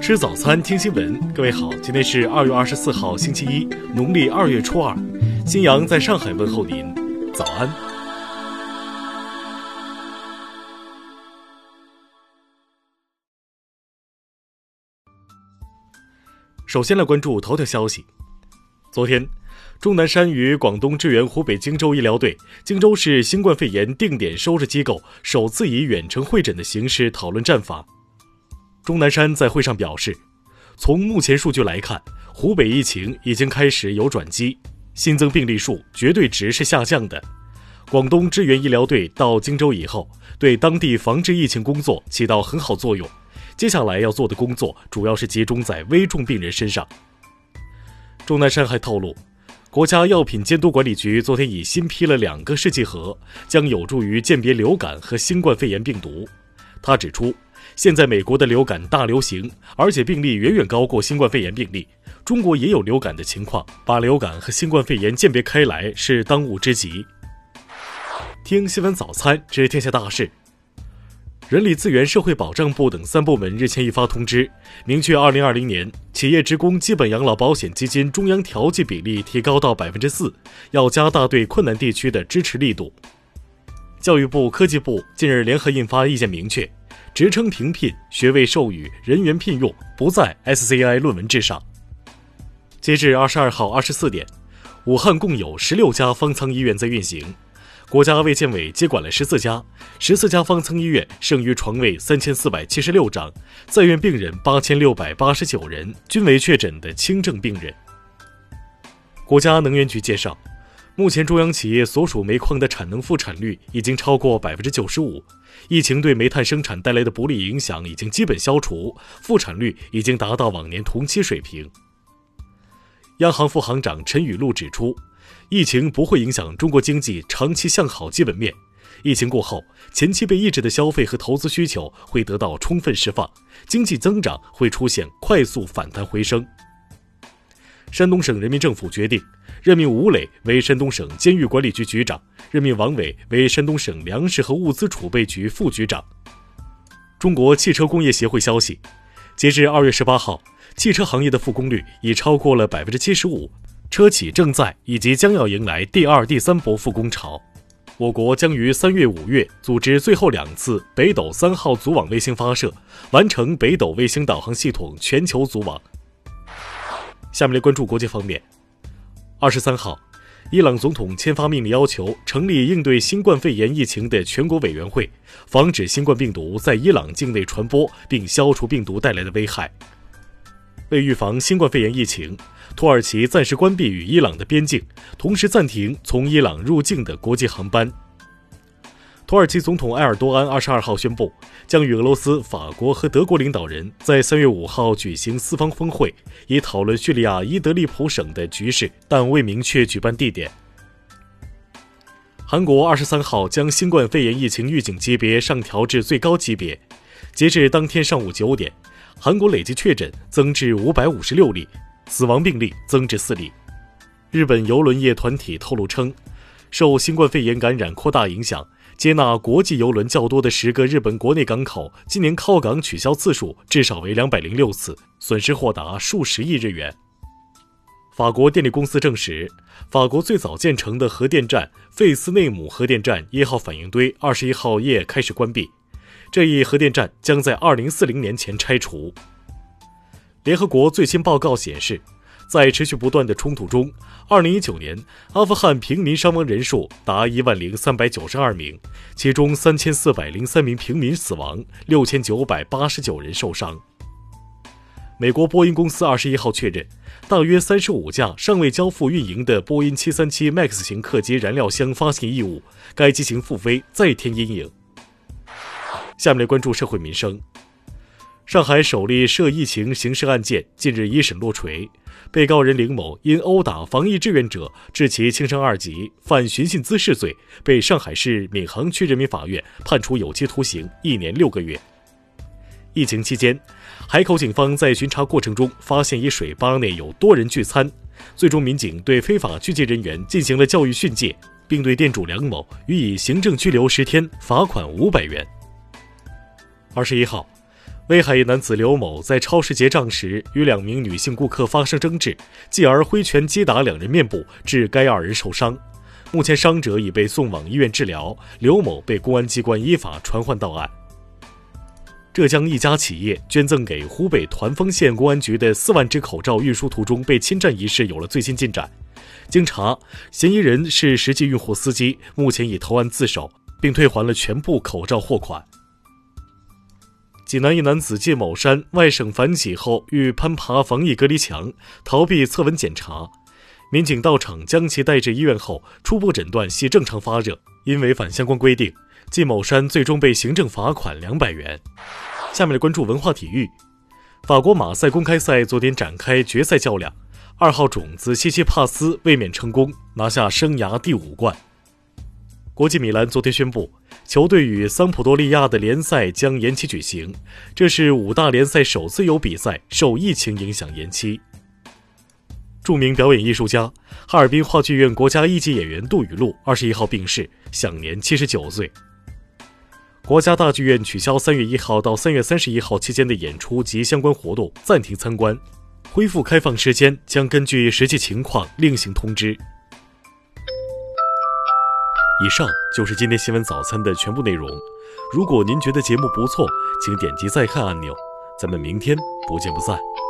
吃早餐，听新闻。各位好，今天是2月24号，星期一，农历2月初2。新阳在上海问候您，早安。首先来关注头条消息。昨天，钟南山与广东支援湖北荆州医疗队、荆州市新冠肺炎定点收治机构首次以远程会诊的形式讨论战法。钟南山在会上表示，从目前数据来看，湖北疫情已经开始有转机，新增病例数绝对值是下降的。广东支援医疗队到荆州以后，对当地防治疫情工作起到很好作用。接下来要做的工作主要是集中在危重病人身上。钟南山还透露，国家药品监督管理局昨天已新批了2个试剂盒，将有助于鉴别流感和新冠肺炎病毒。他指出，现在美国的流感大流行，而且病例远远高过新冠肺炎病例。中国也有流感的情况，把流感和新冠肺炎鉴别开来是当务之急。听新闻早餐，知天下大事。人力资源社会保障部等3部门日前一发通知，明确2020年企业职工基本养老保险基金中央调剂比例提高到 4%， 要加大对困难地区的支持力度。教育部、科技部近日联合印发意见，明确职称评聘、学位授予、人员聘用不在 SCI 论文制上。截至22号24点，武汉共有16家方舱医院在运行，国家卫健委接管了14家方舱医院，剩余床位3476张，在院病人8689人，均为确诊的轻症病人。国家能源局介绍，目前中央企业所属煤矿的产能复产率已经超过 95%， 疫情对煤炭生产带来的不利影响已经基本消除，复产率已经达到往年同期水平。央行副行长陈雨露指出，疫情不会影响中国经济长期向好基本面，疫情过后，前期被抑制的消费和投资需求会得到充分释放，经济增长会出现快速反弹回升。山东省人民政府决定任命吴磊为山东省监狱管理局局长，任命王伟为山东省粮食和物资储备局副局长。中国汽车工业协会消息，截至2月18号，汽车行业的复工率已超过了 75%， 车企正在以及将要迎来第2、第3波复工潮。我国将于3月、5月组织最后2次北斗3号组网卫星发射，完成北斗卫星导航系统全球组网。下面来关注国际方面。23号，伊朗总统签发命令，要求成立应对新冠肺炎疫情的全国委员会，防止新冠病毒在伊朗境内传播，并消除病毒带来的危害。为预防新冠肺炎疫情，土耳其暂时关闭与伊朗的边境，同时暂停从伊朗入境的国际航班。土耳其总统埃尔多安22号宣布，将与俄罗斯、法国和德国领导人在3月5号举行4方峰会，以讨论叙利亚伊德利卜省的局势，但未明确举办地点。韩国23号将新冠肺炎疫情预警级别上调至最高级别，截至当天上午9点，韩国累计确诊增至556例，死亡病例增至4例。日本邮轮业团体透露称，受新冠肺炎感染扩大影响，接纳国际邮轮较多的10个日本国内港口今年靠港取消次数至少为206次，损失或达数十亿日元。法国电力公司证实，法国最早建成的核电站费斯内姆核电站1号反应堆21号夜开始关闭，这一核电站将在2040年前拆除。联合国最新报告显示，在持续不断的冲突中，2019年阿富汗平民伤亡人数达10392名，其中3403名平民死亡，6989人受伤。美国波音公司21号确认，大约35架尚未交付运营的波音737 MAX 型客机燃料箱发现异物，该机型复飞再添阴影。下面来关注社会民生。上海首例涉疫情刑事案件近日一审落锤，被告人林某因殴打防疫志愿者致其轻伤2级，犯寻衅滋事罪，被上海市闵行区人民法院判处有期徒刑1年6个月。疫情期间，海口警方在巡查过程中发现一水吧内有多人聚餐，最终民警对非法聚集人员进行了教育训诫，并对店主梁某予以行政拘留10天，罚款500元。21号， 威海一男子刘某在超市结账时与2名女性顾客发生争执，继而挥拳击打2人面部，致该2人受伤。目前伤者已被送往医院治疗，刘某被公安机关依法传唤到案。浙江一家企业捐赠给湖北团风县公安局的4万只口罩运输途中被侵占一事有了最新进展。经查，嫌疑人是实际运货司机，目前已投案自首，并退还了全部口罩货款。济南一男子借某山外省返企后欲攀爬防疫隔离墙，逃避测温检查。民警到场将其带至医院后，初步诊断系正常发热，因违反相关规定，季某山最终被行政罚款200元。下面来关注文化体育。法国马赛公开赛昨天展开决赛较量，2号种子西西帕斯卫冕成功，拿下生涯第5冠。国际米兰昨天宣布，球队与桑普多利亚的联赛将延期举行，这是5大联赛首次有比赛受疫情影响延期。著名表演艺术家、哈尔滨话剧院国家一级演员杜雨露21号病逝，享年79岁。国家大剧院取消3月1号到3月31号期间的演出及相关活动，暂停参观，恢复开放时间将根据实际情况另行通知。以上就是今天新闻早餐的全部内容。如果您觉得节目不错，请点击再看按钮。咱们明天不见不散。